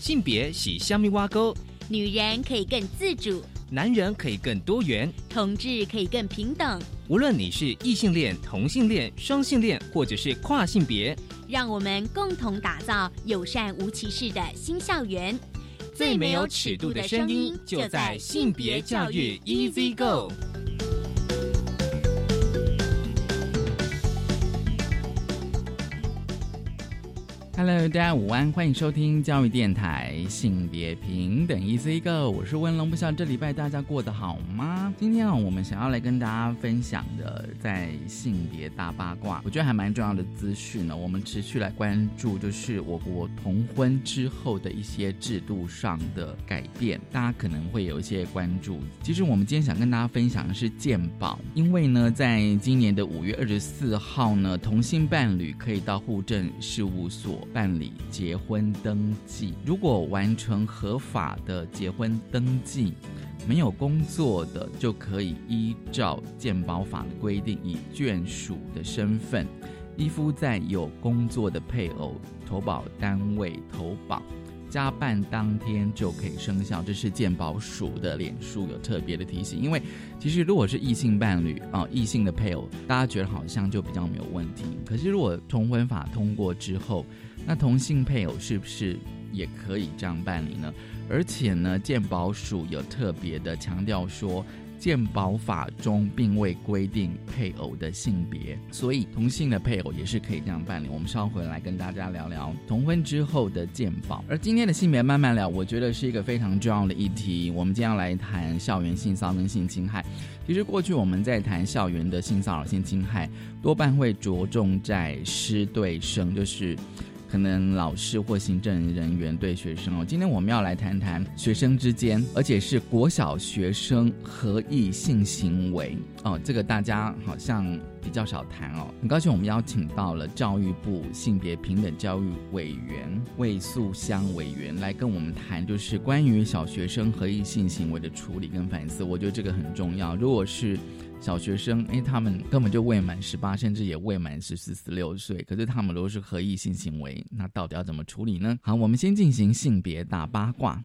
性别是虾米挖沟， 女人可以更自主， 男人可以更多元， 同志可以更平等。 无论你是异性恋、同性恋、双性恋，或者是跨性别， 让我们共同打造友善无歧视的新校园。 最没有尺度的声音，就在性别教育 Easy Go。 Hello， 大家午安，欢迎收听教育电台性别平等 Easy Go， 我是文龙，不晓得这礼拜大家过得好吗？今天我们想要来跟大家分享的，在性别大八卦，我觉得还蛮重要的资讯呢。我们持续来关注，就是我国同婚之后的一些制度上的改变，大家可能会有一些关注。其实我们今天想跟大家分享的是健保，因为呢，在今年的5月24号呢，同性伴侣可以到户政事务所办理结婚登记，如果完成合法的结婚登记，没有工作的就可以依照健保法的规定，以眷属的身份依附在有工作的配偶投保单位投保，加办当天就可以生效。这是健保署的脸书有特别的提醒，因为其实如果是异性伴侣异性的配偶，大家觉得好像就比较没有问题。可是如果同婚法通过之后，那同性配偶是不是也可以这样办理呢？而且呢，健保署有特别的强调说，健保法中并未规定配偶的性别，所以同性的配偶也是可以这样办理。我们稍后回来跟大家聊聊同婚之后的健保。而今天的性别慢慢聊，我觉得是一个非常重要的议题。我们今天要来谈校园性骚扰跟性侵害。其实过去我们在谈校园的性骚扰、性侵害，多半会着重在师对生，就是可能老师或行政人员对学生今天我们要来谈谈学生之间，而且是国小学生合意性行为这个大家好像比较少谈很高兴我们邀请到了教育部性别平等教育委员魏素香委员来跟我们谈，就是关于小学生合意性行为的处理跟反思。我觉得这个很重要。如果是小学生他们根本就未满18，甚至也未满14、16岁，可是他们都是合意性行为，那到底要怎么处理呢？好，我们先进行性别大八卦。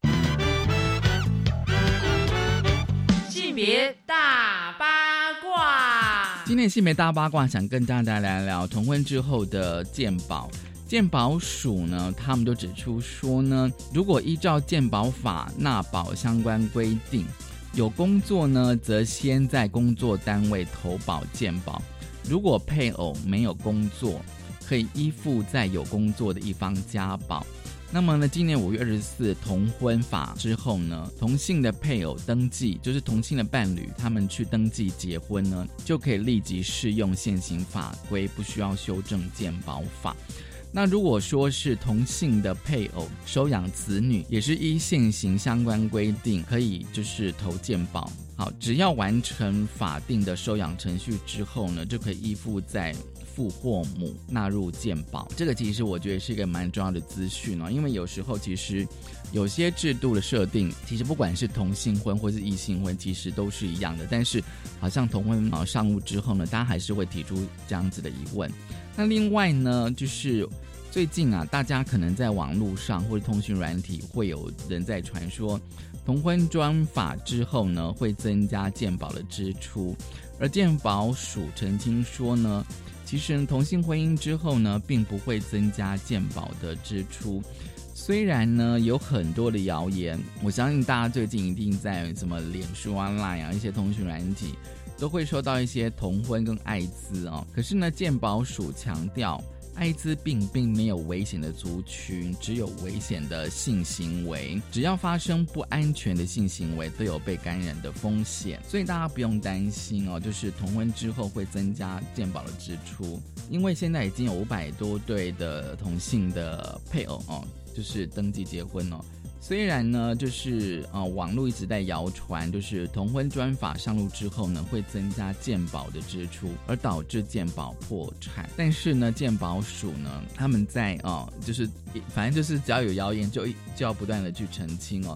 性别大八卦， 今天性别大八卦想跟大家聊聊同婚之后的健保。健保署呢，他们就指出说呢，如果依照健保法纳保相关规定，有工作呢，则先在工作单位投保健保；如果配偶没有工作，可以依附在有工作的一方加保。那么呢，今年5月24同婚法之后呢，同性的配偶登记，就是同性的伴侣，他们去登记结婚呢，就可以立即适用现行法规，不需要修正健保法。那如果说是同性的配偶收养子女，也是依现行相关规定可以就是投健保。好，只要完成法定的收养程序之后呢，就可以依附在父或母纳入健保。这个其实我觉得是一个蛮重要的资讯因为有时候其实有些制度的设定，其实不管是同性婚或是异性婚，其实都是一样的，但是好像同婚上路之后呢，大家还是会提出这样子的疑问。那另外呢，就是最近大家可能在网络上或者通讯软体会有人在传说，同婚专法之后呢，会增加健保的支出，而健保署澄清说呢，其实同性婚姻之后呢，并不会增加健保的支出。虽然呢有很多的谣言，我相信大家最近一定在什么脸书LINE一些通讯软体都会收到一些同婚跟艾滋可是呢，健保署强调，艾滋病并没有危险的族群，只有危险的性行为，只要发生不安全的性行为都有被感染的风险，所以大家不用担心就是同婚之后会增加健保的支出。因为现在已经有500多对的同性的配偶就是登记结婚虽然呢，就是网络一直在谣传，就是同婚专法上路之后呢，会增加健保的支出，而导致健保破产。但是呢，健保署呢，他们在就是反正就是只要有谣言就要不断的去澄清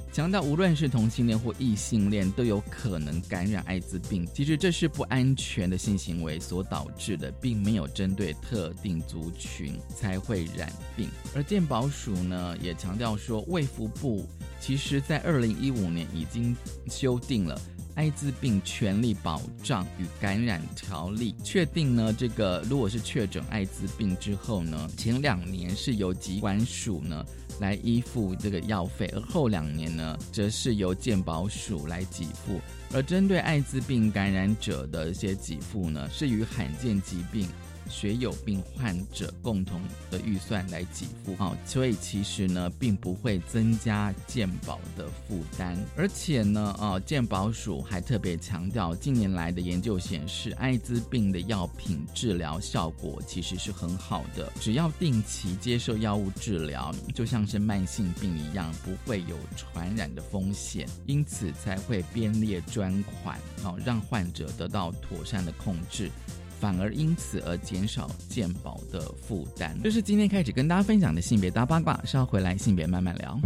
强调无论是同性恋或异性恋都有可能感染艾滋病，其实这是不安全的性行为所导致的，并没有针对特定族群才会染病。而健保署呢也强调说，卫福部其实在2015年已经修订了艾滋病权利保障与感染条例，确定呢这个如果是确诊艾滋病之后呢，前2年是由疾管署呢来依附这个药费，而后2年呢则是由健保署来给付。而针对艾滋病感染者的一些给付呢，是与罕见疾病血友病患者共同的预算来给付，所以其实呢并不会增加健保的负担。而且呢健保署还特别强调，近年来的研究显示，艾滋病的药品治疗效果其实是很好的，只要定期接受药物治疗，就像是慢性病一样，不会有传染的风险，因此才会编列专款让患者得到妥善的控制，反而因此而减少健保的负担。这是今天开始跟大家分享的性别大八卦，稍后回来性别慢慢聊。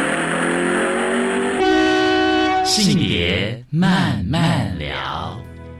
性别慢慢聊。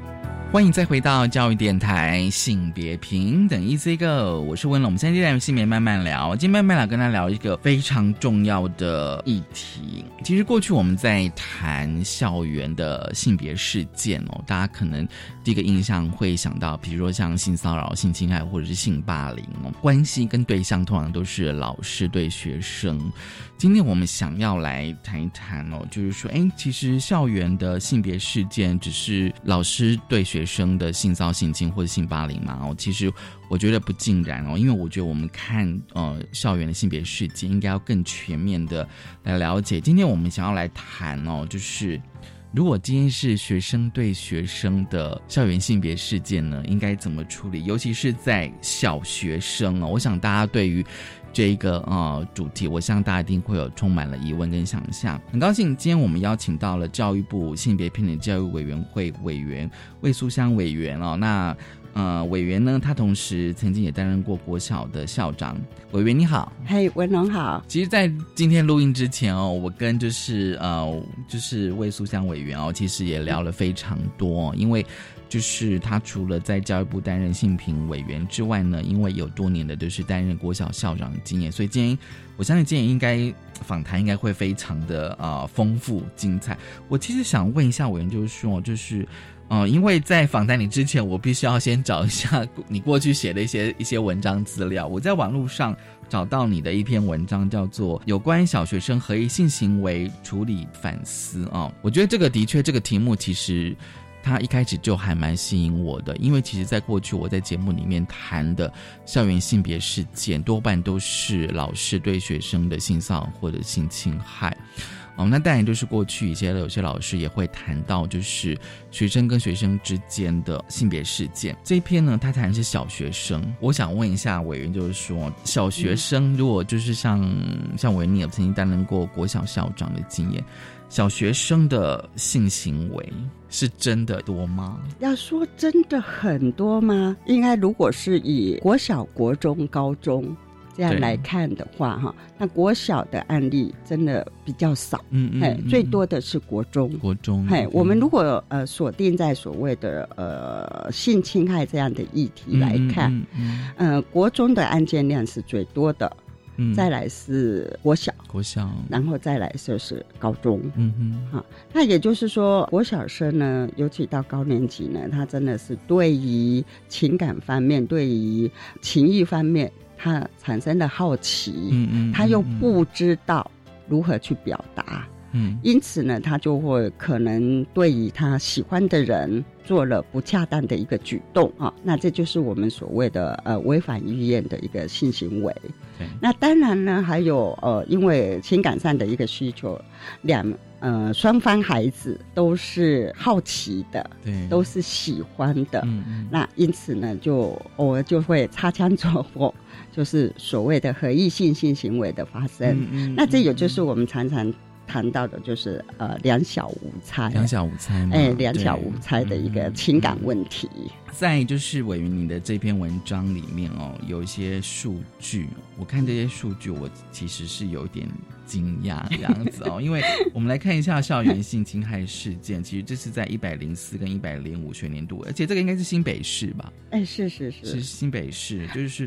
欢迎再回到教育电台性别平等 Easy Go， 我是温龙。我们现在在性别慢慢聊，今天慢慢聊跟他聊一个非常重要的议题。其实过去我们在谈校园的性别事件大家可能第一个印象会想到比如说像性骚扰、性侵害或者是性霸凌关系跟对象通常都是老师对学生。今天我们想要来谈一谈就是说其实校园的性别事件只是老师对学生的性骚性侵或者性霸凌嘛其实我觉得不尽然因为我觉得我们看校园的性别事件应该要更全面的来了解。今天我们想要来谈就是如果今天是学生对学生的校园性别事件呢，应该怎么处理？尤其是在小学生我想大家对于这个主题，我相信大家一定会有充满了疑问跟想象。很高兴今天我们邀请到了教育部性别平等教育委员会委员魏素香委员那委员呢，他同时曾经也担任过国小的校长。委员你好。 文龙好。 其实在今天录音之前我跟就是魏素香委员其实也聊了非常多因为就是他除了在教育部担任性平委员之外呢，因为有多年的就是担任国小校长的经验，所以今天我相信今天应该访谈应该会非常的丰富精彩。我其实想问一下委员，就是说就是因为在访谈你之前，我必须要先找一下你过去写的一些文章资料。我在网络上找到你的一篇文章，叫做《有关小学生合意性行为处理反思》我觉得这个的确这个题目其实他一开始就还蛮吸引我的，因为其实在过去我在节目里面谈的校园性别事件多半都是老师对学生的性骚扰或者性侵害那当然就是过去有些老师也会谈到就是学生跟学生之间的性别事件。这一篇呢他谈的是小学生，我想问一下委员，就是说小学生如果就是像委员你有曾经担任过国小校长的经验，小学生的性行为是真的多吗？ 要说真的很多吗？应该如果是以国小、国中、高中这样来看的话那国小的案例真的比较少最多的是国中我们如果锁定在所谓的性侵害这样的议题来看国中的案件量是最多的再来是国小，然后再来就是高中那也就是说国小生呢，尤其到高年级呢，他真的是对于情感方面对于情欲方面他产生了好奇他又不知道如何去表达因此呢他就会可能对于他喜欢的人做了不恰当的一个举动那这就是我们所谓的违反意愿的一个性行为。那当然呢还有因为情感上的一个需求，双方孩子都是好奇的，都是喜欢的那因此呢就偶尔就会擦枪走火，就是所谓的合意性性行为的发生那这也就是我们常常谈到的就是两小无猜两小无猜的一个情感问题在就是委员你的这篇文章里面有一些数据，我看这些数据我其实是有点惊讶这样子因为我们来看一下校园性侵害事件，其实这是在104跟105学年度，而且这个应该是新北市吧是新北市，就是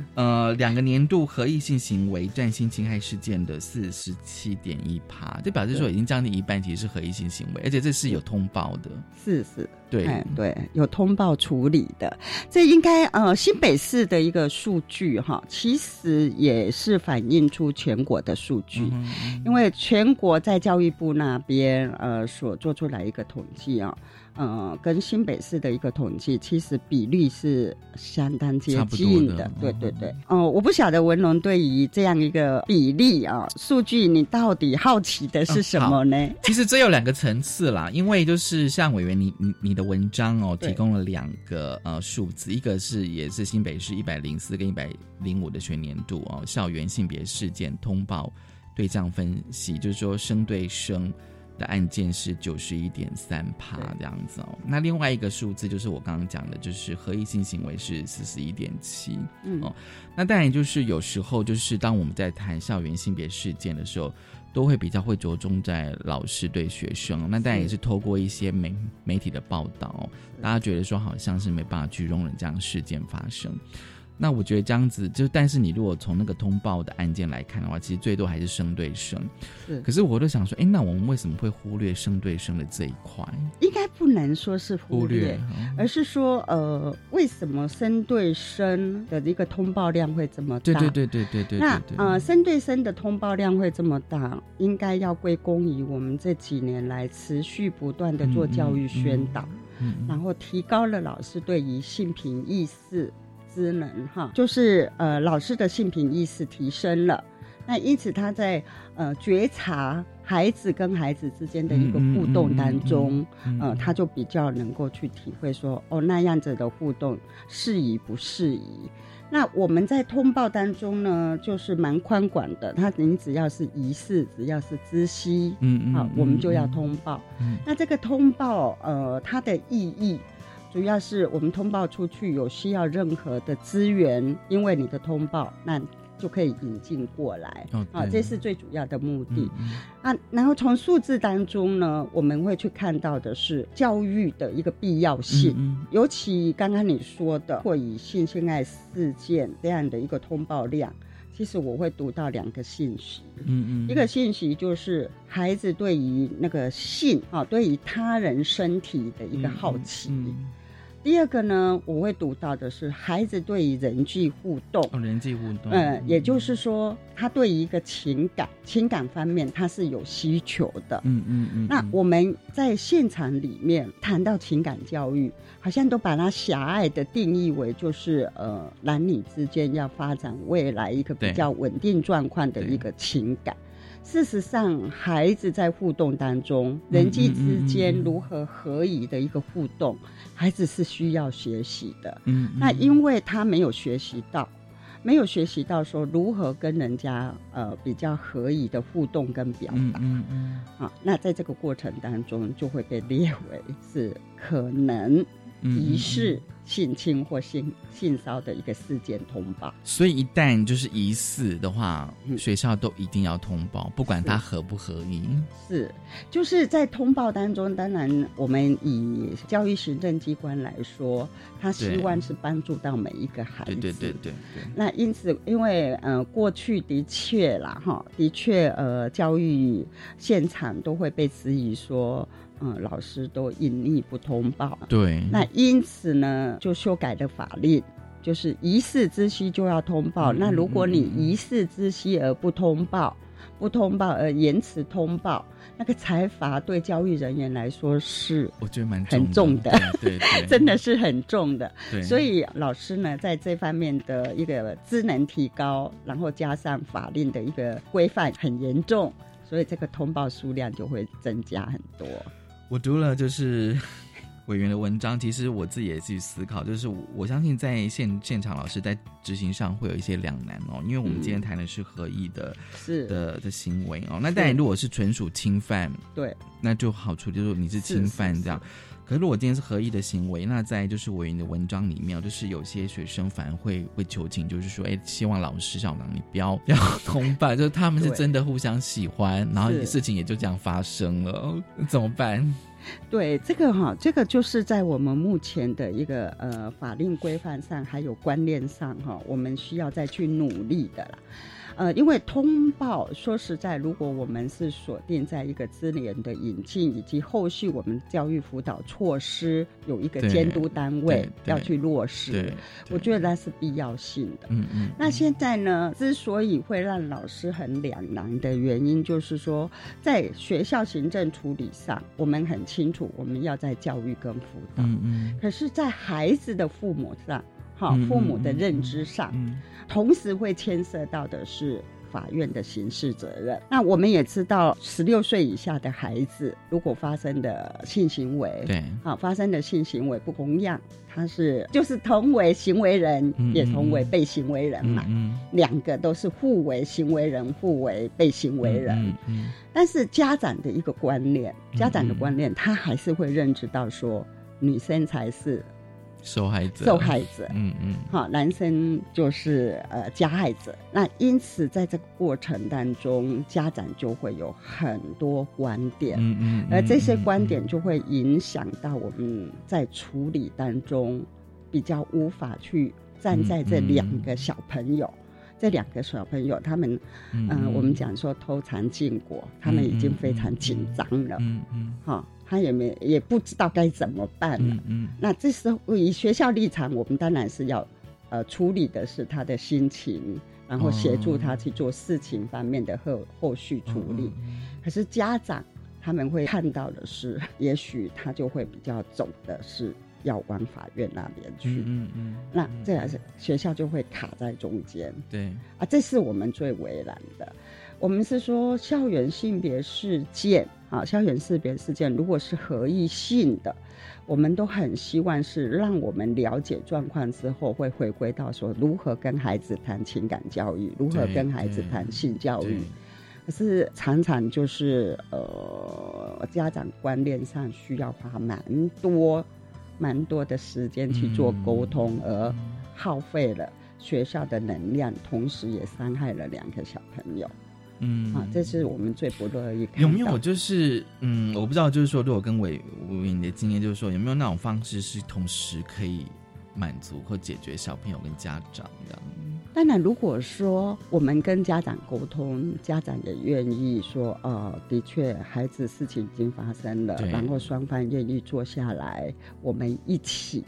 2个年度合意性行为占性侵害事件的 47.1%， 这表示说已经将近一半其实是合意性行为，而且这是有通报的是对有通报处理的。这应该新北市的一个数据其实也是反映出全国的数据因为全国在教育部那边所做出来一个统计跟新北市的一个统计其实比例是相当接近的对我不晓得文龙对于这样一个比例数据你到底好奇的是什么呢其实这有2个层次啦，因为就是像委员你的文章提供了2个数字，一个是也是新北市104跟105的学年度校园性别事件通报对象分析，就是说生对生的案件是 91.3% 这样子那另外一个数字就是我刚刚讲的，就是合意性行为是 41.7%那当然就是有时候就是当我们在谈校园性别事件的时候， 都会比较会着重在老师对学生，那当然也是透过一些媒体的报道，大家觉得说好像是没办法去容忍这样的事件发生。那我觉得这样子但是你如果从那个通报的案件来看的话，其实最多还是生对生。可是我都想说那我们为什么会忽略生对生的这一块？ 应该不能说是忽略，而是说为什么生对生的一个通报量会这么大？ 对。 那生对生的通报量会这么大，应该要归功于我们这几年来持续不断的做教育宣导，然后提高了老师对于性平意识职能就是老师的性平意识提升了，那因此他在觉察孩子跟孩子之间的一个互动当中，他就比较能够去体会说那样子的互动适宜不适宜。那我们在通报当中呢，就是蛮宽广的，你只要是疑似，只要是知悉，我们就要通报。那这个通报它的意义主要是我们通报出去有需要任何的资源，因为你的通报那就可以引进过来，这是最主要的目的。然后从数字当中呢，我们会去看到的是教育的一个必要性，尤其刚刚你说的或以性侵害事件这样的一个通报量，其实我会读到2个信息，一个信息就是孩子对于那个性对于他人身体的一个好奇，第二个呢，我会读到的是孩子对于人际互动，也就是说他对于一个情感方面他是有需求的。那我们在现场里面谈到情感教育，好像都把它狭隘的定义为就是男女之间要发展未来一个比较稳定状况的一个情感。事实上孩子在互动当中，人际之间如何合宜的一个互动，孩子是需要学习的。那因为他没有学习到说如何跟人家比较合宜的互动跟表达，那在这个过程当中就会被列为是可能疑似性侵或性骚的一个事件通报。 所以一旦就是疑似的话，学校都一定要通报，不管它合不合宜。 是，就是在通报当中，当然我们以教育行政机关来说，他希望是帮助到每一个孩子。对。那因此因为过去的确啦教育现场都会被质疑说老师都隐匿不通报。 对。 那因此呢，就修改了法令，就是疑似知悉就要通报。那如果你疑似知悉而不通报而延迟通报，那个裁罚对教育人员来说是我觉得蛮很重的，对真的是很重的。所以老师呢，在这方面的一个职能提高，然后加上法令的一个规范很严重，所以这个通报数量就会增加很多。 我读了就是委员的文章，其实我自己也去思考，就是我相信在现场老师在执行上会有一些两难因为我们今天谈的是合意的的行为那当然如果是纯属侵犯，对，那就好处就是你是侵犯这样。可是如果今天是合意的行为，那在就是委员的文章里面就是有些学生反而会求情，就是说希望老师校长你不要通报，就是他们是真的互相喜欢，然后事情也就这样发生了，怎么办？ 对，这个就是在我们目前的一个法令规范上还有观念上我们需要再去努力的啦。因为通报说实在，如果我们是锁定在一个资源的引进以及后续我们教育辅导措施有一个监督单位要去落实，我觉得那是必要性的。那现在呢，之所以会让老师很两难的原因，就是说在学校行政处理上我们很清楚我们要在教育跟辅导，可是在孩子的父母上父母的认知上，同时会牵涉到的是法院的刑事责任。那我们也知道16岁以下的孩子如果发生的性行为，对，发生的性行为不同样，他就是同为行为人，也同为被行为人嘛，两个都是互为行为人，互为被行为人。但是家长的一个观念，他还是会认知到说女生才是受害者， 好，男生就是加害者。那因此在这个过程当中，家长就会有很多观点，而这些观点就会影响到我们在处理当中比较无法去站在这两个小朋友。这两个小朋友他们我们讲说偷尝禁果，他们已经非常紧张了，他也不知道该怎么办了。那这时候以学校立场，我们当然是要处理的是他的心情，然后协助他去做事情方面的后续处理。可是家长他们会看到的是，也许他就会比较走的是要往法院那边去，那这样学校就会卡在中间。 对啊，这是我们最为难的。我们是说校园性别事件啊，校园性别事件如果是合意性的，我们都很希望是让我们了解状况之后，会回归到说如何跟孩子谈情感教育，如何跟孩子谈性教育。可是常常就是家长观念上需要花蛮多的时间去做沟通，而耗费了学校的能量，同时也伤害了两个小朋友。这是我们最不乐意看到。 有没有就是我不知道，就是说如果跟伟你的经验，就是说有没有那种方式是同时可以满足或解决小朋友跟家长这样？ 当然如果说我们跟家长沟通，家长也愿意说的确孩子事情已经发生了，然后双方愿意坐下来，我们一起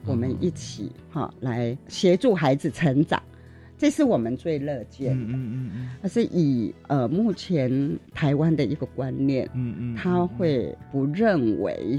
来协助孩子成长，这是我们最乐见的。而是以目前台湾的一个观念，他会不认为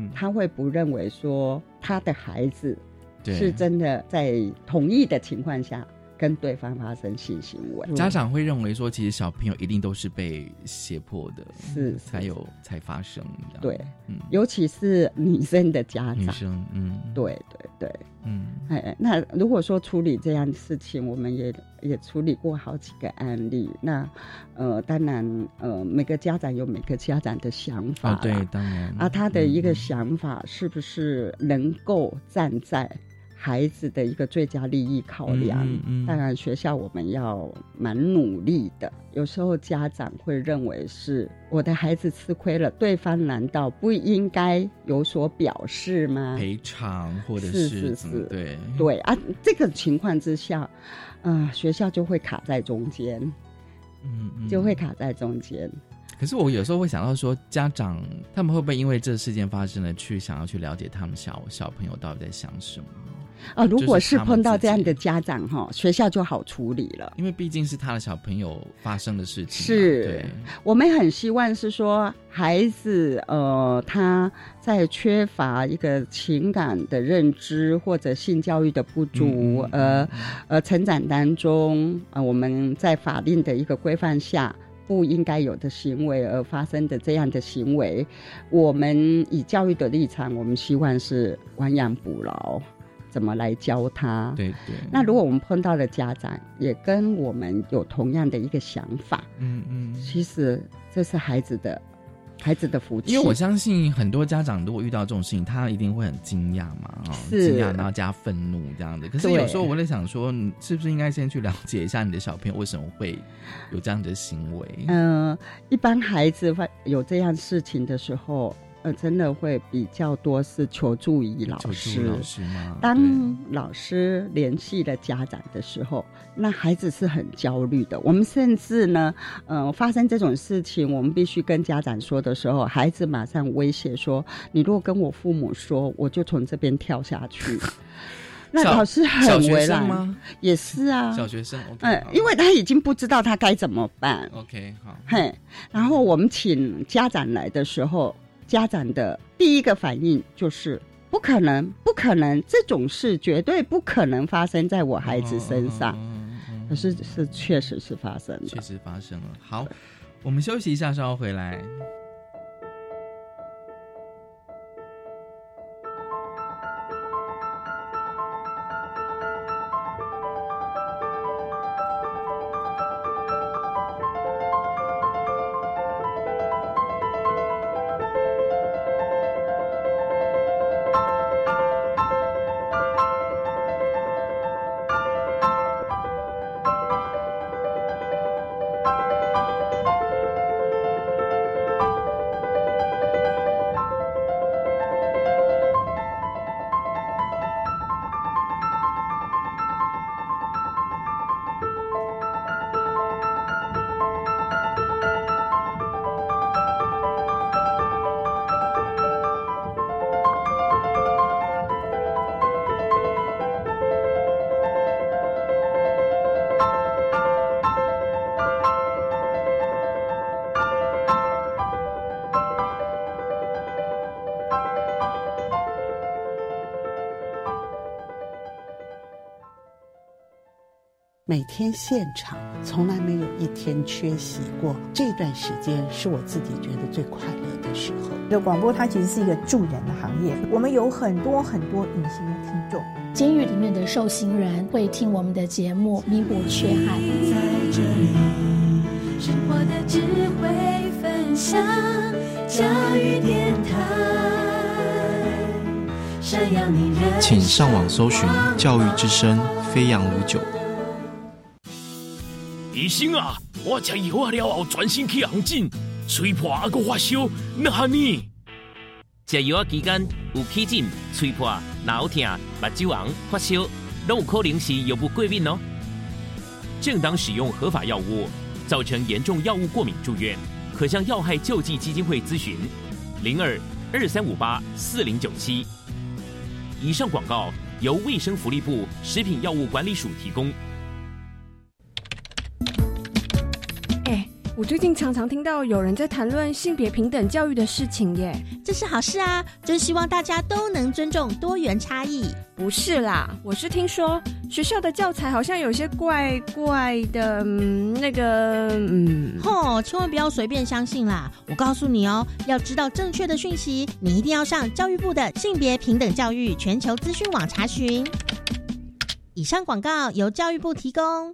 说他的孩子是真的在同意的情况下跟对方发生性行为。 家长会认为说其实小朋友一定都是被胁迫的，是才发生的。 对，尤其是女生的家长， 女生对，那如果说处理这样的事情，我们也处理过好几个案例。那当然每个家长有每个家长的想法， 对，当然他的一个想法是不是能够站在孩子的一个最佳利益考量，当然学校我们要蛮努力的。有时候家长会认为是我的孩子吃亏了，对方难道不应该有所表示吗？ 赔偿或者是对啊，这个情况之下学校就会卡在中间， 可是我有时候会想到说，家长他们会不会因为这事件发生了，想要去了解他们小朋友到底在想什么？ 如果是碰到这样的家长学校就好处理了， 因为毕竟是他的小朋友发生的事情。 是，我们很希望是说孩子他在缺乏一个情感的认知或者性教育的不足，成长当中我们在法令的一个规范下不应该有的行为而发生的这样的行为，我们以教育的立场，我们希望是亡羊补牢，怎么来教他。 对， 那如果我们碰到的家长也跟我们有同样的一个想法，其实这是孩子的福气。 因为我相信很多家长如果遇到这种事情，他一定会很惊讶嘛，惊讶然后加愤怒这样的。可是有时候我在想说，你是不是应该先去了解一下你的小朋友为什么会有这样的行为？ 一般孩子会有这样事情的时候，真的会比较多是求助于老师吗？ 当老师联系了家长的时候，那孩子是很焦虑的。我们甚至呢发生这种事情，我们必须跟家长说的时候，孩子马上威胁说，你如果跟我父母说，我就从这边跳下去。那老师很为难吗？也是啊， 小学生，OK， 因为他已经不知道他该怎么办。 OK， 好， 然后我们请家长来的时候，家长的第一个反应就是不可能，这种事绝对不可能发生在我孩子身上。可是确实是发生了， 好，我们休息一下，稍后回来。 每天现场，从来没有一天缺席过。这段时间是我自己觉得最快乐的时候。 这广播它其实是一个助人的行业，我们有很多很多隐形的听众。 监狱里面的受刑人会听我们的节目，弥补缺憾。 在这里，生活的智慧分享，教育电台，闪耀你人生。 请上网搜寻教育之声飞扬59。 医生啊，我吃药啊了后全身起红疹，吹破还佫发烧，那呢？ 吃药期间有起疹、吹破、脑痛、目睭红、发烧，都有可能是药物过敏哦。正当使用合法药物，造成严重药物过敏住院，可向药害救济基金会咨询02-2358-4097。以上广告由卫生福利部食品药物管理署提供。 我最近常常听到有人在谈论性别平等教育的事情耶， 这是好事啊，就是希望大家都能尊重多元差异。 不是啦，我是听说学校的教材好像有些怪怪的， 千万不要随便相信啦！我告诉你哦，要知道正确的讯息，你一定要上教育部的性别平等教育全球资讯网查询。以上广告由教育部提供。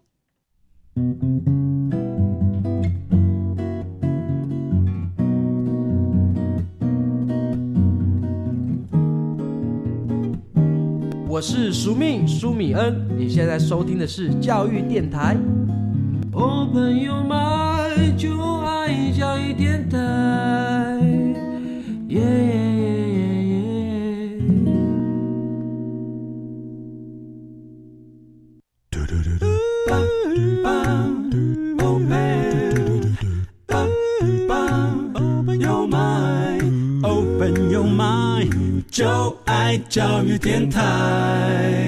我是苏米恩，你现在收听的是教育电台。Open your mind， 就爱教育电台。Open your mind， 就爱教育电台。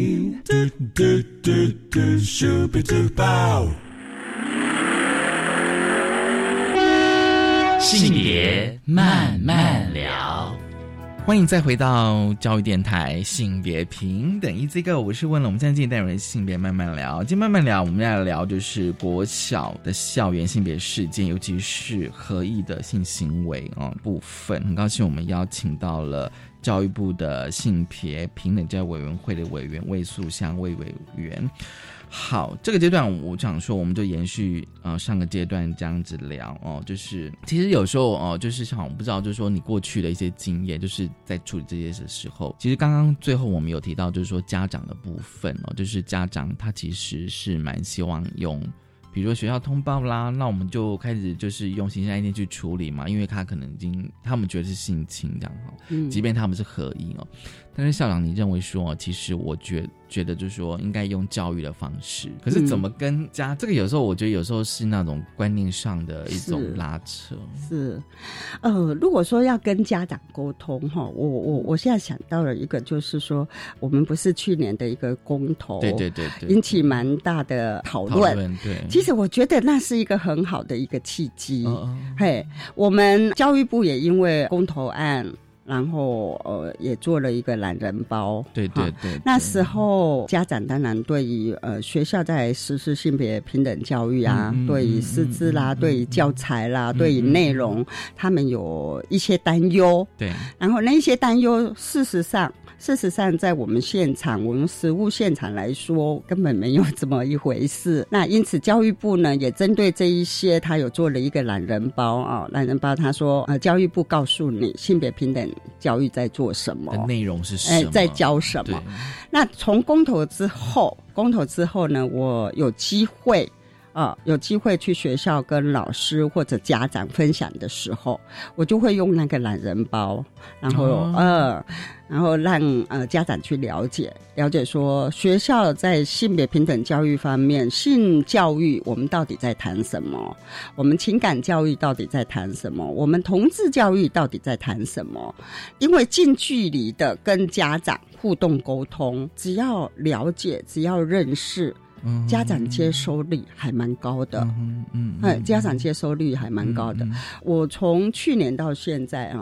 性别慢慢聊，欢迎再回到教育电台性别平等1个，我是问了，我们现在带入性别慢慢聊。今天慢慢聊，我们要聊就是国小的校园性别事件，尤其是合意的性行为部分。很高兴我们邀请到了教育部的性别平等教育委员会的委员魏素香魏委员。好，这个阶段我想说，我们就延续上个阶段这样子聊就是其实有时候就是像我不知道，就是说你过去的一些经验，就是在处理这些的时候，其实刚刚最后我们有提到，就是说家长的部分就是家长他其实是蛮希望用，比如说学校通报啦，那我们就开始就是用刑事案件去处理嘛，因为他可能已经他们觉得是性侵这样即便他们是合意但是校长你认为说其实我觉得就是说应该用教育的方式，可是怎么跟这个有时候我觉得有时候是那种观念上的一种拉扯。是如果说要跟家长沟通我现在想到了一个，就是说我们不是去年的一个公投，对，引起蛮大的讨论，对，其实我觉得那是一个很好的一个契机。我们教育部也因为公投案，然后也做了一个懒人包，对，那时候家长当然对于学校在实施性别平等教育啊，对于师资啦，对于教材啦，对于内容，他们有一些担忧，对，然后那些担忧事实上在我们现场，我们实务现场来说根本没有这么一回事。那因此教育部呢也针对这一些，他有做了一个懒人包懒人包他说教育部告诉你性别平等教育在做什么，内容是什么，在教什么。那从公投之后呢，我有机会去学校跟老师或者家长分享的时候，我就会用那个懒人包，然后让家长去了解说学校在性别平等教育方面，性教育我们到底在谈什么，我们情感教育到底在谈什么，我们同志教育到底在谈什么。因为近距离的跟家长互动沟通，只要了解，只要认识，家长接收率还蛮高的，家长接收率还蛮高的。我从去年到现在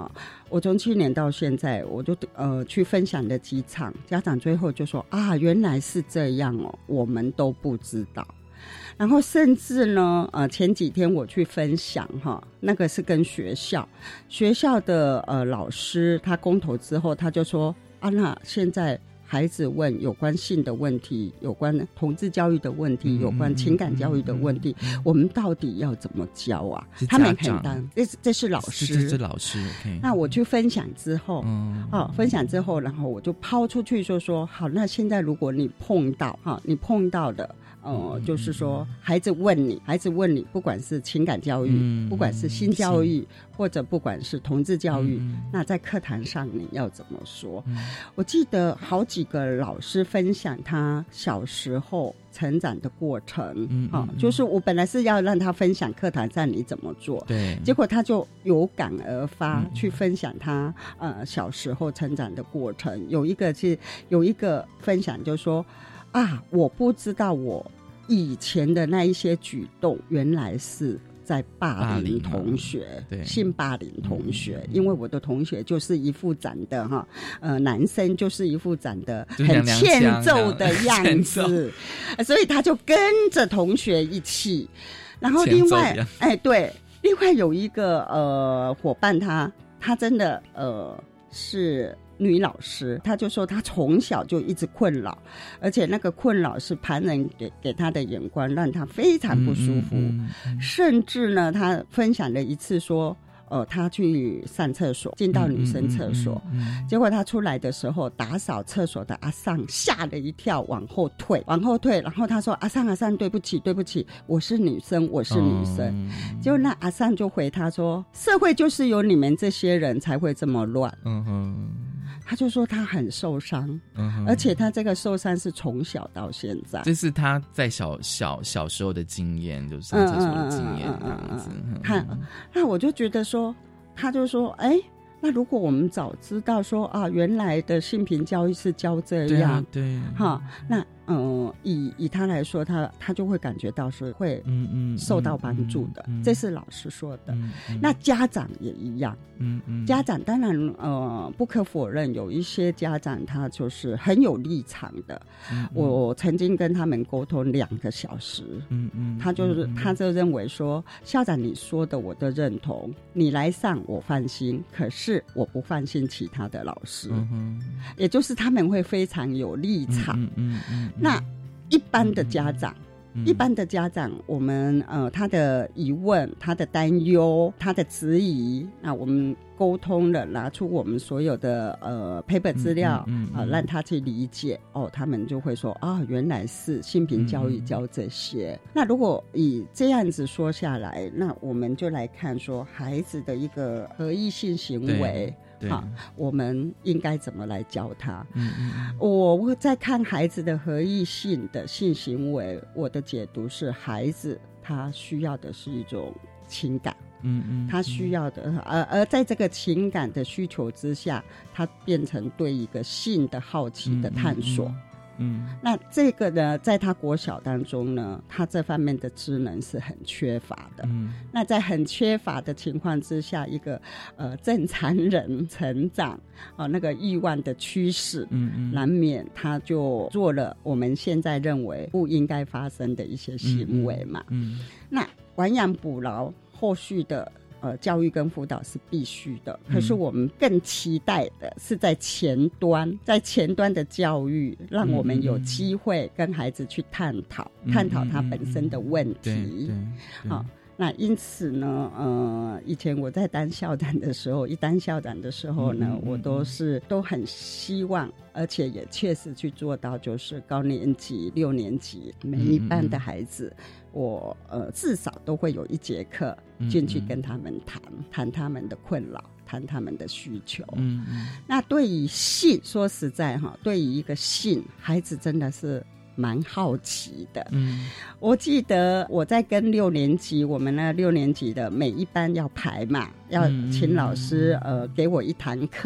我从去年到现在，我就去分享了几场，家长最后就说啊，原来是这样哦，我们都不知道。然后甚至呢，前几天我去分享哈，那个是跟学校的老师，他公投之后，他就说啊，那现在孩子问有关性的问题，有关同志教育的问题，有关情感教育的问题，我们到底要怎么教啊？他们很担，这是老师， 这是老师。Okay. 那我去分享之后，分享之后，然后我就抛出去说好，那现在如果你碰到的。就是说孩子问你，不管是情感教育，不管是性教育，或者不管是同志教育，那在课堂上你要怎么说？我记得好几个老师分享他小时候成长的过程，就是我本来是要让他分享课堂上你怎么做，对，结果他就有感而发，去分享他小时候成长的过程。有一个分享就说啊，我不知道我以前的那一些举动原来是在霸凌同学，性霸凌同学，因为我的同学就是一副长得男生就是一副长得很欠揍的样子，所以他就跟着同学一起。然后另外另外有一个伙伴，他真的是女老师，她就说她从小就一直困扰，而且那个困扰是旁人给她的眼光让她非常不舒服，甚至呢她分享了一次说她去上厕所，进到女生厕所，结果她出来的时候，打扫厕所的阿桑吓了一跳，往后退，然后她说阿桑对不起，我是女生。结果那阿桑就回她说，社会就是有你们这些人才会这么乱。他就说他很受伤，而且他这个受伤是从小到现在， 这是他在小时候的经验，就是上厕所的经验这样子。 那我就觉得说，他就说，那如果我们早知道说啊，原来的性平教育是教这样，对，那以他来说，他就会感觉到是会受到帮助的，这是老师说的。那家长也一样，家长当然不可否认，有一些家长他就是很有立场的。我曾经跟他们沟通2个小时，他就认为说，校长你说的我都认同，你来上我放心，可是我不放心其他的老师，也就是他们会非常有立场。那一般的家长，我们他的疑问、他的担忧、他的质疑，那我们沟通了，拿出我们所有的paper 资料，让他去理解。他们就会说啊，原来是性平教育教这些。那如果以这样子说下来，那我们就来看说孩子的一个合意性行为。我们应该怎么来教他？我在看孩子的合意性的性行为，我的解读是，孩子他需要的是一种情感，他需要的，而在这个情感的需求之下，他变成对一个性的好奇的探索。那这个呢，在他国小当中呢，他这方面的职能是很缺乏的。那在很缺乏的情况之下，一个正常人成长那个欲望的趋势，难免他就做了我们现在认为不应该发生的一些行为嘛。那亡羊补牢，后续的教育跟辅导是必须的，可是我们更期待的是在前端的教育，让我们有机会跟孩子去探讨他本身的问题。那因此呢，以前我在当校长的时候，我都很希望，而且也确实去做到，就是高年级、6年级每一班的孩子，我至少都会有1节课进去跟他们谈他们的困扰，谈他们的需求。那对于性，说实在对于一个性，孩子真的是蛮好奇的。我记得我在跟6年级，我们那6年级的每一班要排嘛，要请老师给我一堂课，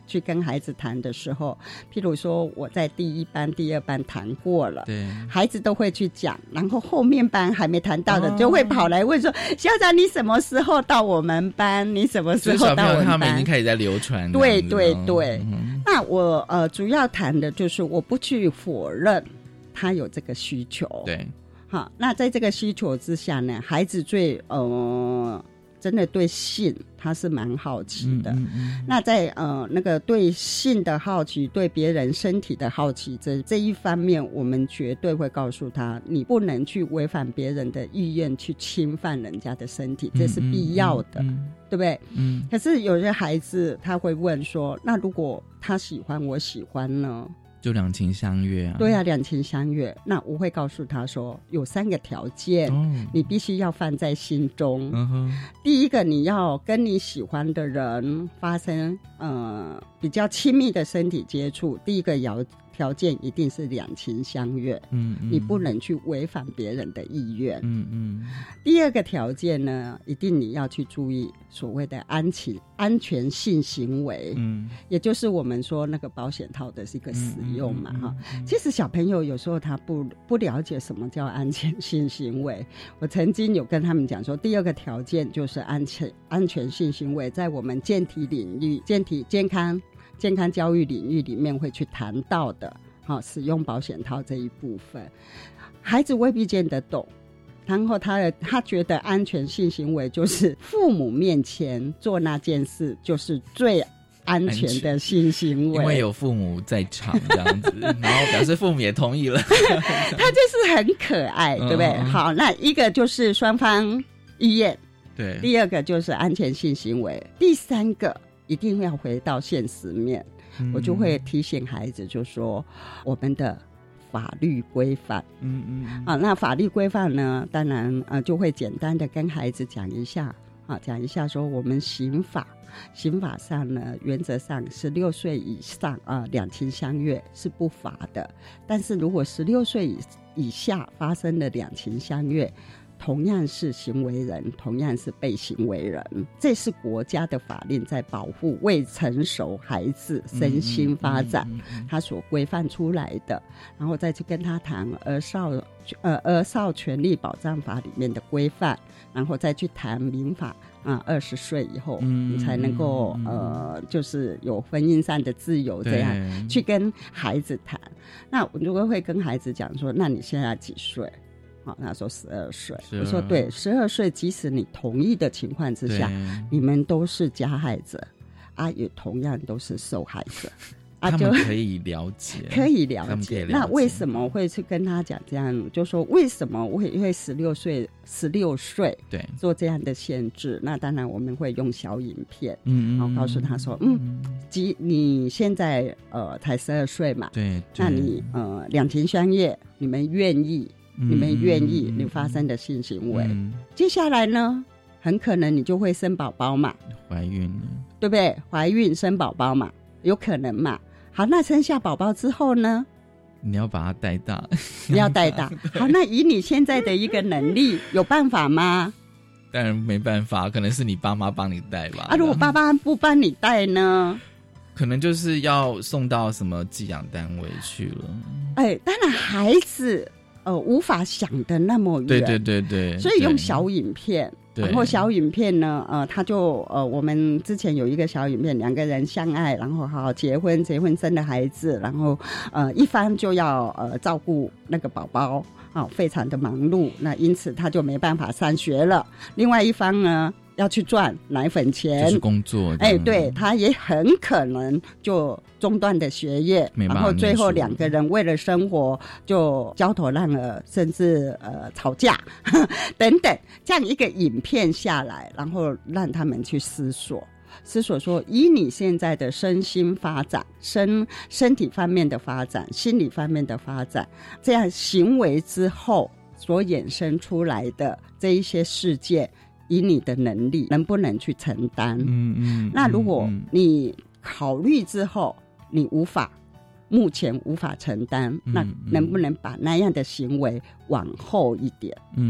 去跟孩子谈的时候，譬如说我在第一班第二班谈过了， 对， 孩子都会去讲，然后后面班还没谈到的就会跑来问说，校长你什么时候到我们班，你什么时候到我们班， 他们已经开始在流传。 对对对，那我主要谈的就是我不去否认他有这个需求， 对， 好，那在这个需求之下呢，孩子最真的对性他是蛮好奇的，那在那个对性的好奇，对别人身体的好奇，这一方面我们绝对会告诉他，你不能去违反别人的意愿去侵犯人家的身体，这是必要的，对不对？可是有些孩子他会问说，那如果他喜欢我喜欢呢？ 就两情相悦啊。 对啊，两情相悦。那我会告诉他说，有3个条件，你必须要放在心中。第一个，你要跟你喜欢的人发生比较亲密的身体接触，第一个条件一定是两情相悦，你不能去违反别人的意愿。第二个条件呢，一定你要去注意所谓的安全性行为，也就是我们说那个保险套的是一个使用嘛，其实小朋友有时候他不了解什么叫安全性行为。我曾经有跟他们讲说，第二个条件就是安全性行为，在我们健体领域、健康教育领域里面会去谈到的，使用保险套这一部分，孩子未必见得懂。然后他觉得安全性行为就是父母面前做那件事就是最安全的性行为， 因为有父母在场这样子，然后表示父母也同意了， 他就是很可爱，对不对？好，那一个就是双方意愿， 对， 第二个就是安全性行为，第三个一定要回到现实面，我就会提醒孩子，就说我们的法律规范，那法律规范呢，当然就会简单的跟孩子讲一下说我们刑法上呢，原则上16岁以上两情相悦是不罚的，但是如果16岁以下发生的两情相悦，同样是行为人，同样是被行为人，这是国家的法令在保护未成熟孩子身心发展，他所规范出来的，然后再去跟他谈儿少权利保障法里面的规范，然后再去谈民法20岁以后，你才能够就是有婚姻上的自由，这样去跟孩子谈。那我如果会跟孩子讲说，那你现在几岁？他说12岁，我说对，12岁即使你同意的情况之下，你们都是加害者也同样都是受害者他们可以了解， 可以了解。那为什么会去跟他讲这样？就说为什么我会16岁对做这样的限制？那当然我们会用小影片，然后告诉他说，你现在才12岁嘛， 对， 那你两情相悦，你们愿意你发生的性行为，接下来呢，很可能你就会生宝宝嘛， 怀孕了， 对不对？怀孕生宝宝嘛，有可能嘛。好，那生下宝宝之后呢， 你要把它带大， 你要带大。好，那以你现在的一个能力，有办法吗？ 当然没办法，可能是你爸妈帮你带吧。 如果爸爸不帮你带呢？ 可能就是要送到什么寄养单位去了。 当然孩子无法想的那么远，对，所以用小影片，然后小影片呢，他就我们之前有一个小影片，2个人相爱，然后好好结婚生了孩子，然后一方就要照顾那个宝宝，非常的忙碌，那因此他就没办法上学了，另外一方呢要去赚奶粉钱， 就是工作， 对，他也很可能就中断的学业，然后最后2个人为了生活就焦头烂额，甚至吵架等等，这样一个影片下来，然后让他们去思索说，以你现在的身心发展，身体方面的发展，心理方面的发展，这样行为之后所衍生出来的这一些事件，以你的能力能不能去承担？那如果你考虑之后你目前无法承担，那能不能把那样的行为往后一点？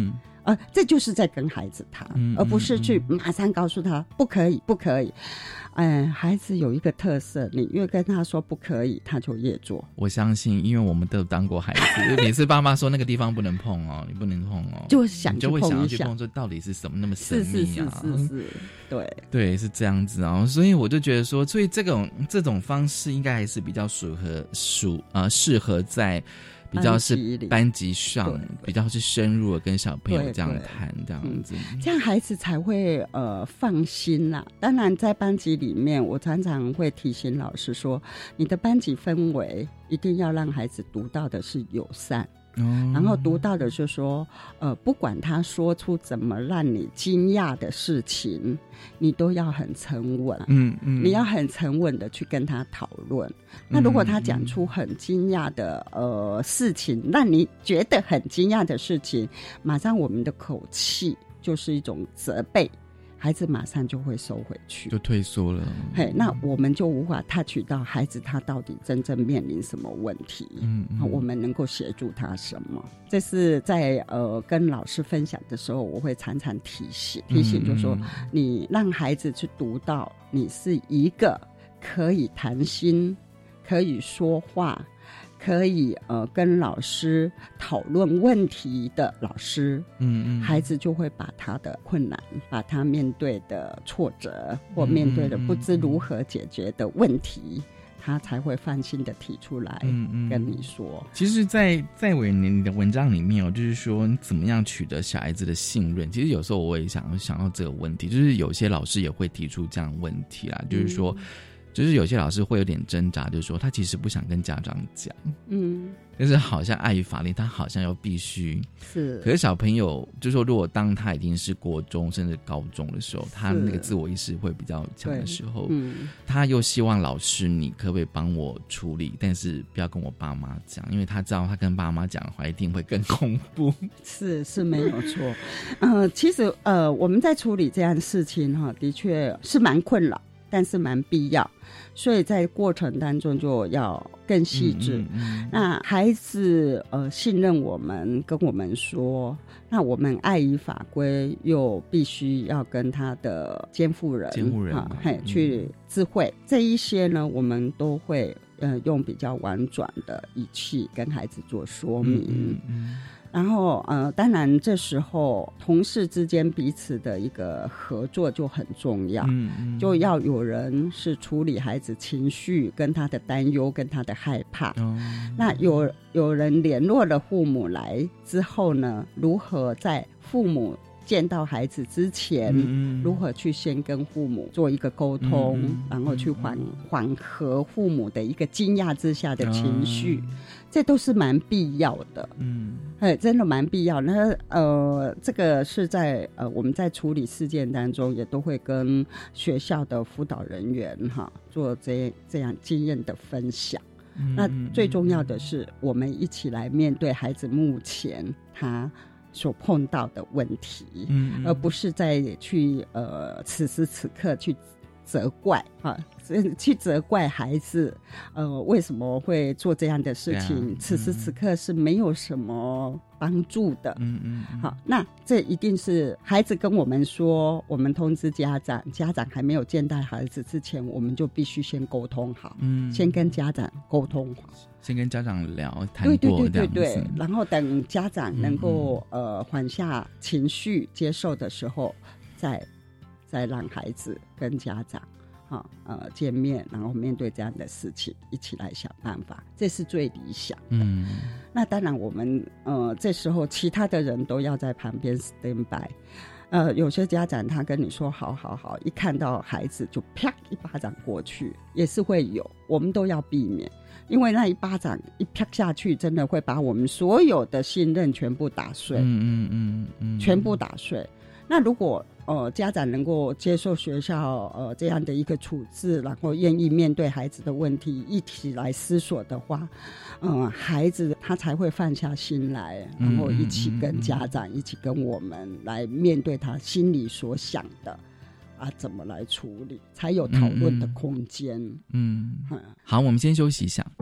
这就是在跟孩子谈，而不是去马上告诉他不可以不可以。孩子有一个特色，你越跟他说不可以，他就越做。 我相信，因为我们都当过孩子，每次爸妈说那个地方不能碰哦，你不能碰哦， 就想去碰一下， 你就会想要去碰，这到底是什么那么神秘啊？ 是，对， 是这样子啊。所以我就觉得说，所以这种方式应该还是比较适合在比较是班级上比较是深入的跟小朋友这样谈，这样子， 这样孩子才会放心啦。当然在班级里面，我常常会提醒老师说，你的班级氛围一定要让孩子读到的是友善。然后读到的就是说不管他说出怎么让你惊讶的事情，你都要很沉稳，你要很沉稳的去跟他讨论。那如果他讲出很惊讶的事情，让你觉得很惊讶的事情，马上我们的口气就是一种责备，孩子马上就会收回去， 就退缩了。 那我们就无法 touch 到孩子他到底真正面临什么问题，我们能够协助他什么。这是在跟老师分享的时候，我会常常提醒，就是说你让孩子去读到你是一个可以谈心，可以说话，可以跟老师讨论问题的老师，孩子就会把他的困难，把他面对的挫折或面对的不知如何解决的问题，他才会放心的提出来跟你说。 其实在你的文章里面就是说你怎么样取得小孩子的信任。其实有时候我也想到这个问题，就是有些老师也会提出这样的问题啦，就是说就是有些老师会有点挣扎，就是说他其实不想跟家长讲，但是好像碍于法令，他好像又必须是。可是小朋友就是说，如果当他已经是国中甚至高中的时候，他那个自我意识会比较强的时候，他又希望老师你可不可以帮我处理，但是不要跟我爸妈讲，因为他知道他跟爸妈讲的话一定会更恐怖。 是没有错。其实我们在处理这样的事情的确是蛮困扰，但是蛮必要，所以在过程当中就要更细致。那孩子信任我们，跟我们说，那我们碍于法规又必须要跟他的监护人去知会，这一些呢我们都会用比较婉转的语气跟孩子做说明。然后当然这时候同事之间彼此的一个合作就很重要，就要有人是处理孩子情绪跟他的担忧跟他的害怕，那有人联络了父母来之后呢，如何在父母见到孩子之前，如何去先跟父母做一个沟通，然后去缓和父母的一个惊讶之下的情绪，这都是蛮必要的。真的蛮必要。那这个是在我们在处理事件当中，也都会跟学校的辅导人员做这样经验的分享。那最重要的是，我们一起来面对孩子目前他所碰到的问题，而不是再去此时此刻去责怪去责怪孩子为什么会做这样的事情，此时此刻是没有什么帮助的。好，那这一定是孩子跟我们说，我们通知家长还没有见到孩子之前，我们就必须先沟通好，先跟家长沟通好， 先跟家长谈过， 对，然后等家长能够缓下情绪接受的时候，再让孩子跟家长见面，然后面对这样的事情一起来想办法，这是最理想的。那当然我们这时候其他的人都要在旁边 stand by。有些家长他跟你说好，一看到孩子就啪一巴掌过去，也是会有，我们都要避免，因为那一巴掌一啪下去，真的会把我们所有的信任全部打碎，全部打碎。那如果家长能够接受学校这样的一个处置，然后愿意面对孩子的问题，一起来思索的话，孩子他才会放下心来，然后一起跟家长，一起跟我们来面对他心里所想的怎么来处理，才有讨论的空间。 好，我们先休息一下。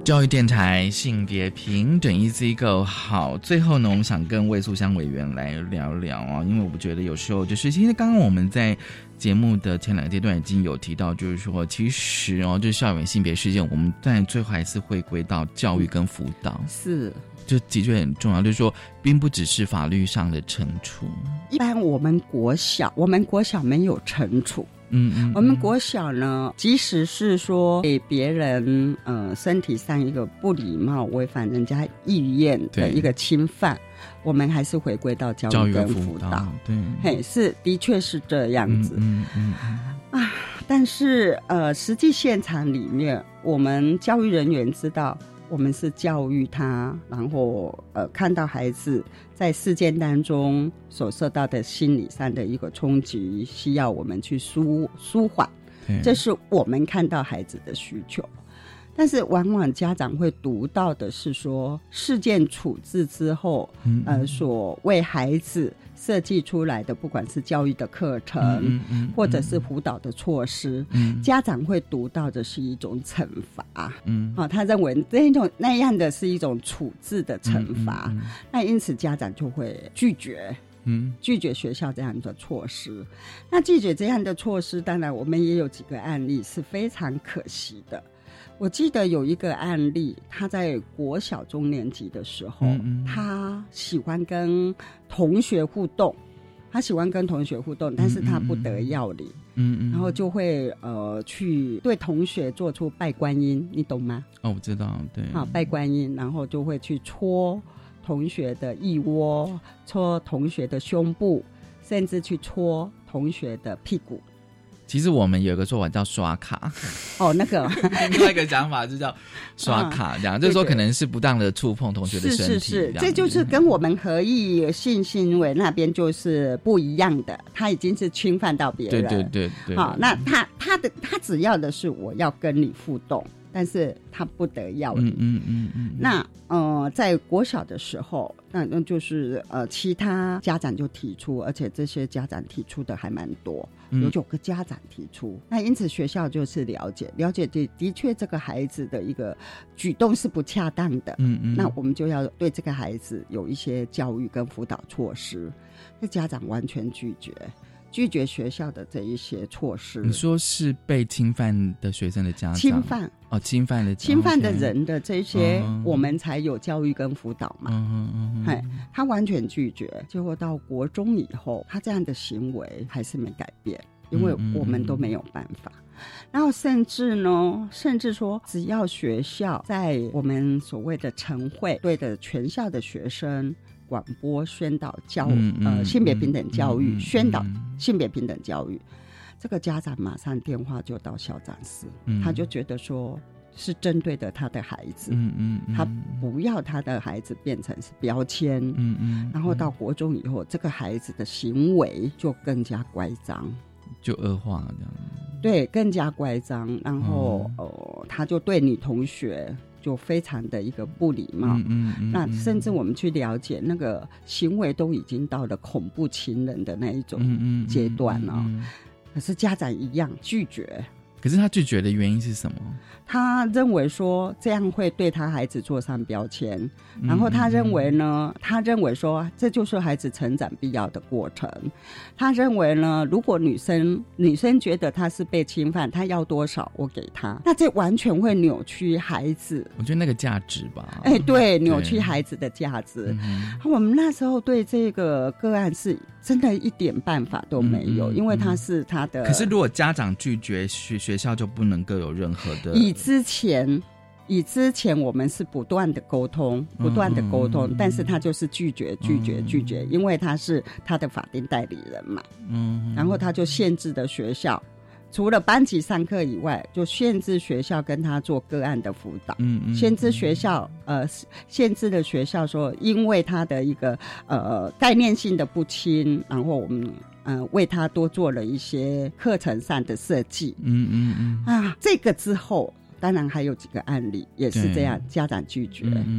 教育电台性别平等，Easy Go。好，最后呢，我们想跟魏素香委员来聊聊啊，因为我觉得有时候就是其实刚刚我们在节目的前2个阶段已经有提到，就是说其实就是校园性别事件，我们在最后还是回归到教育跟辅导， 是， 就的确很重要，就是说并不只是法律上的惩处。 一般我们国小没有惩处。我们国小呢，即使是说给别人身体上一个不礼貌、违反人家意愿的一个侵犯，我们还是回归到教育跟辅导。对，嘿，是的确是这样子。但是实际现场里面，我们教育人员知道，我们是教育他，然后看到孩子在事件当中所受到的心理上的一个冲击，需要我们去舒缓，这是我们看到孩子的需求。但是往往家长会读到的是说，事件处置之后所为孩子设计出来的，不管是教育的课程或者是辅导的措施，家长会读到的是一种惩罚。他认为那样的是一种处置的惩罚，那因此家长就会拒绝学校这样的措施。那拒绝这样的措施，当然我们也有几个案例是非常可惜的。我记得有一个案例，他在国小中年级的时候，他喜欢跟同学互动，但是他不得要领，然后就会去对同学做出拜观音，你懂吗？ 我知道，对， 拜观音，然后就会去戳同学的腋窝，戳同学的胸部，甚至去戳同学的屁股。 其实我们有一个说法叫刷卡， 那个另外一个讲法就叫刷卡，这样就是说可能是不当的触碰同学的身体， 是，这就是跟我们合意性行为那边就是不一样的，他已经是侵犯到别人，对，好，那他只要的是我要跟你互动，但是他不得要领。那在国小的时候，那就是其他家长就提出，而且这些家长提出的还蛮多，有9个家长提出。那因此学校就是了解的确这个孩子的一个举动是不恰当的，那我们就要对这个孩子有一些教育跟辅导措施。那家长完全拒绝学校的这一些措施。 你说是被侵犯的学生的家长？侵犯的人的这些，我们才有教育跟辅导嘛。他完全拒绝，结果到国中以后，他这样的行为还是没改变，因为我们都没有办法。然后甚至说，只要学校在我们所谓的晨会对着全校的学生广播宣导性别平等教育，宣导性别平等教育，这个家长马上电话就到校长室，他就觉得说是针对的他的孩子，他不要他的孩子变成是标签，然后到国中以后，这个孩子的行为就更加乖张， 就恶化这样， 对，更加乖张，然后他就对女同学就非常的一个不礼貌，那甚至我们去了解那个行为都已经到了恐怖情人的那一种阶段了，可是家长一样拒绝。 可是他拒绝的原因是什么？ 他认为说这样会对他孩子做上标签，然后他认为说这就是孩子成长必要的过程。他认为呢，如果女生觉得他是被侵犯，他要多少我给他，那这完全会扭曲孩子， 我觉得那个价值吧， 对，扭曲孩子的价值。我们那时候对这个个案是真的一点办法都没有，因为他是他的。 可是如果家长拒绝，学校就不能够有任何的。 以之前我们是不断的沟通，但是他就是拒绝，因为他是他的法定代理人嘛，然后他就限制的学校，除了班级上课以外，就限制学校跟他做个案的辅导，限制的学校说，因为他的一个概念性的不清，然后我们为他多做了一些课程上的设计，这个之后。当然还有几个案例也是这样，家长拒绝，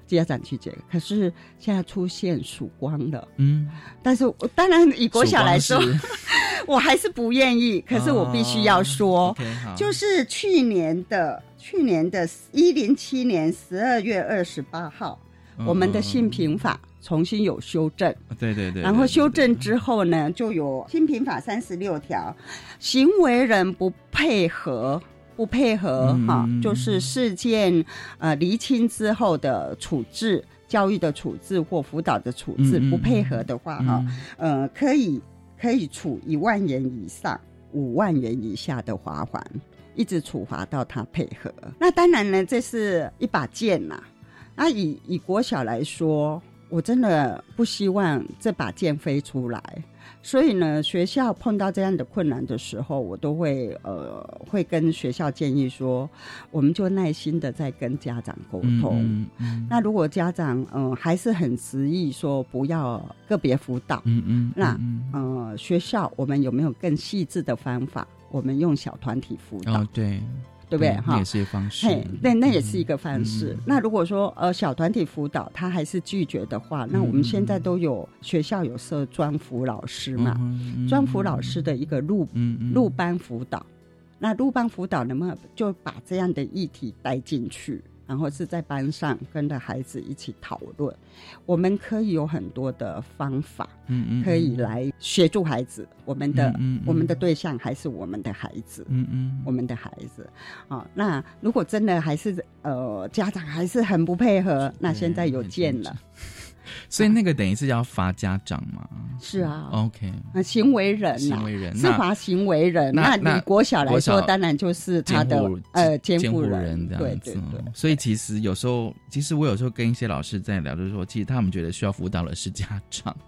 家长去这个，可是现在出现曙光了，但是当然以国小来说我还是不愿意，可是我必须要说，就是去年的107年12月28号，我们的性平法重新有修正， 对， 然后修正之后呢，就有性平法36条，行为人不配合就是事件厘清之后的处置，教育的处置或辅导的处置，不配合的话可以处1万元以上5万元以下的罚款，一直处罚到他配合。那当然呢，这是一把剑呐。那以国小来说，我真的不希望这把剑飞出来，所以呢，学校碰到这样的困难的时候，我都会跟学校建议说，我们就耐心的再跟家长沟通。那如果家长还是很执意说不要个别辅导，那学校我们有没有更细致的方法？我们用小团体辅导，对不对？ 那也是一个方式。 那也是一个方式。那如果说小团体辅导他还是拒绝的话，那我们现在都有学校有设专辅老师嘛，专辅老师的一个入班辅导。那入班辅导能不能就把这样的议题带进去，然后是在班上跟着孩子一起讨论？我们可以有很多的方法，可以来协助孩子。我们的对象还是我们的孩子，我们的孩子。那如果真的还是家长还是很不配合，那现在有剑了。 所以那个等于是要罚家长吗？ 是啊 ，OK， 行为人是罚行为人。那以国小来说，当然就是他的监护人这样子。对。 所以其实我有时候跟一些老师在聊，就是说，其实他们觉得需要辅导的是家长。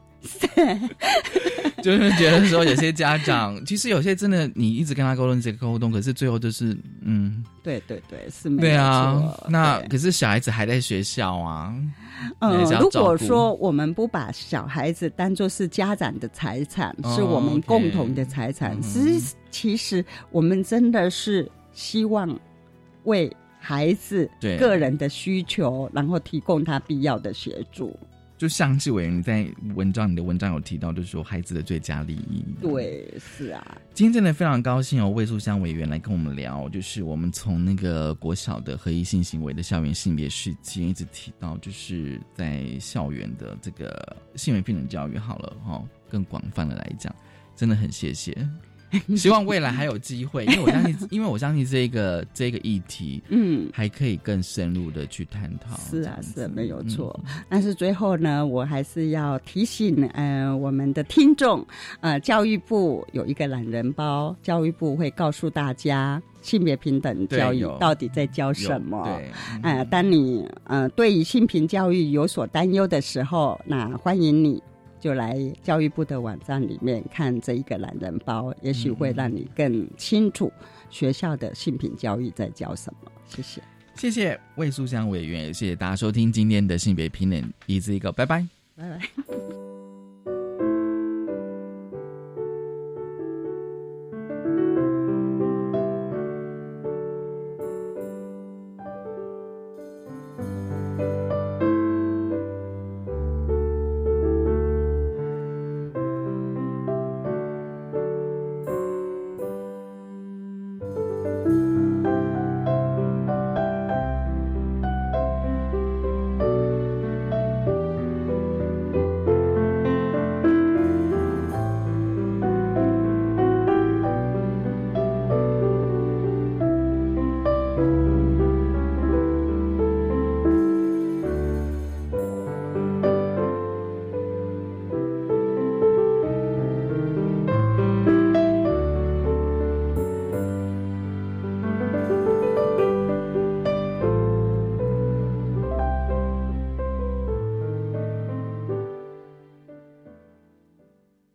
就是觉得说有些家长其实有些真的你一直跟他沟通，可是最后就是对是没有错。对啊，那可是小孩子还在学校啊。 如果说我们不把小孩子当作是家长的财产，是我们共同的财产，其实我们真的是希望为孩子个人的需求，然后提供他必要的协助。 就像是委员你的文章有提到，就是说孩子的最佳利益。 对，是啊。 今天真的非常高兴魏素香委员来跟我们聊，就是我们从那个国小的合意性行为的校园性别事件，一直提到就是在校园的这个性别平等教育好了更广泛的来讲，真的很谢谢。希望未来还有机会，因为我相信这个议题，还可以更深入的去探讨。 是啊，没有错。但是最后呢，我还是要提醒我们的听众，教育部有一个懒人包，教育部会告诉大家性别平等教育到底在教什么。当你对于性平教育有所担忧的时候，那欢迎你就来教育部的网站里面看这一个懒人包，也许会让你更清楚学校的性平教育在教什么。谢谢魏素香委员，也谢谢大家收听今天的性别平等1字1个，拜拜。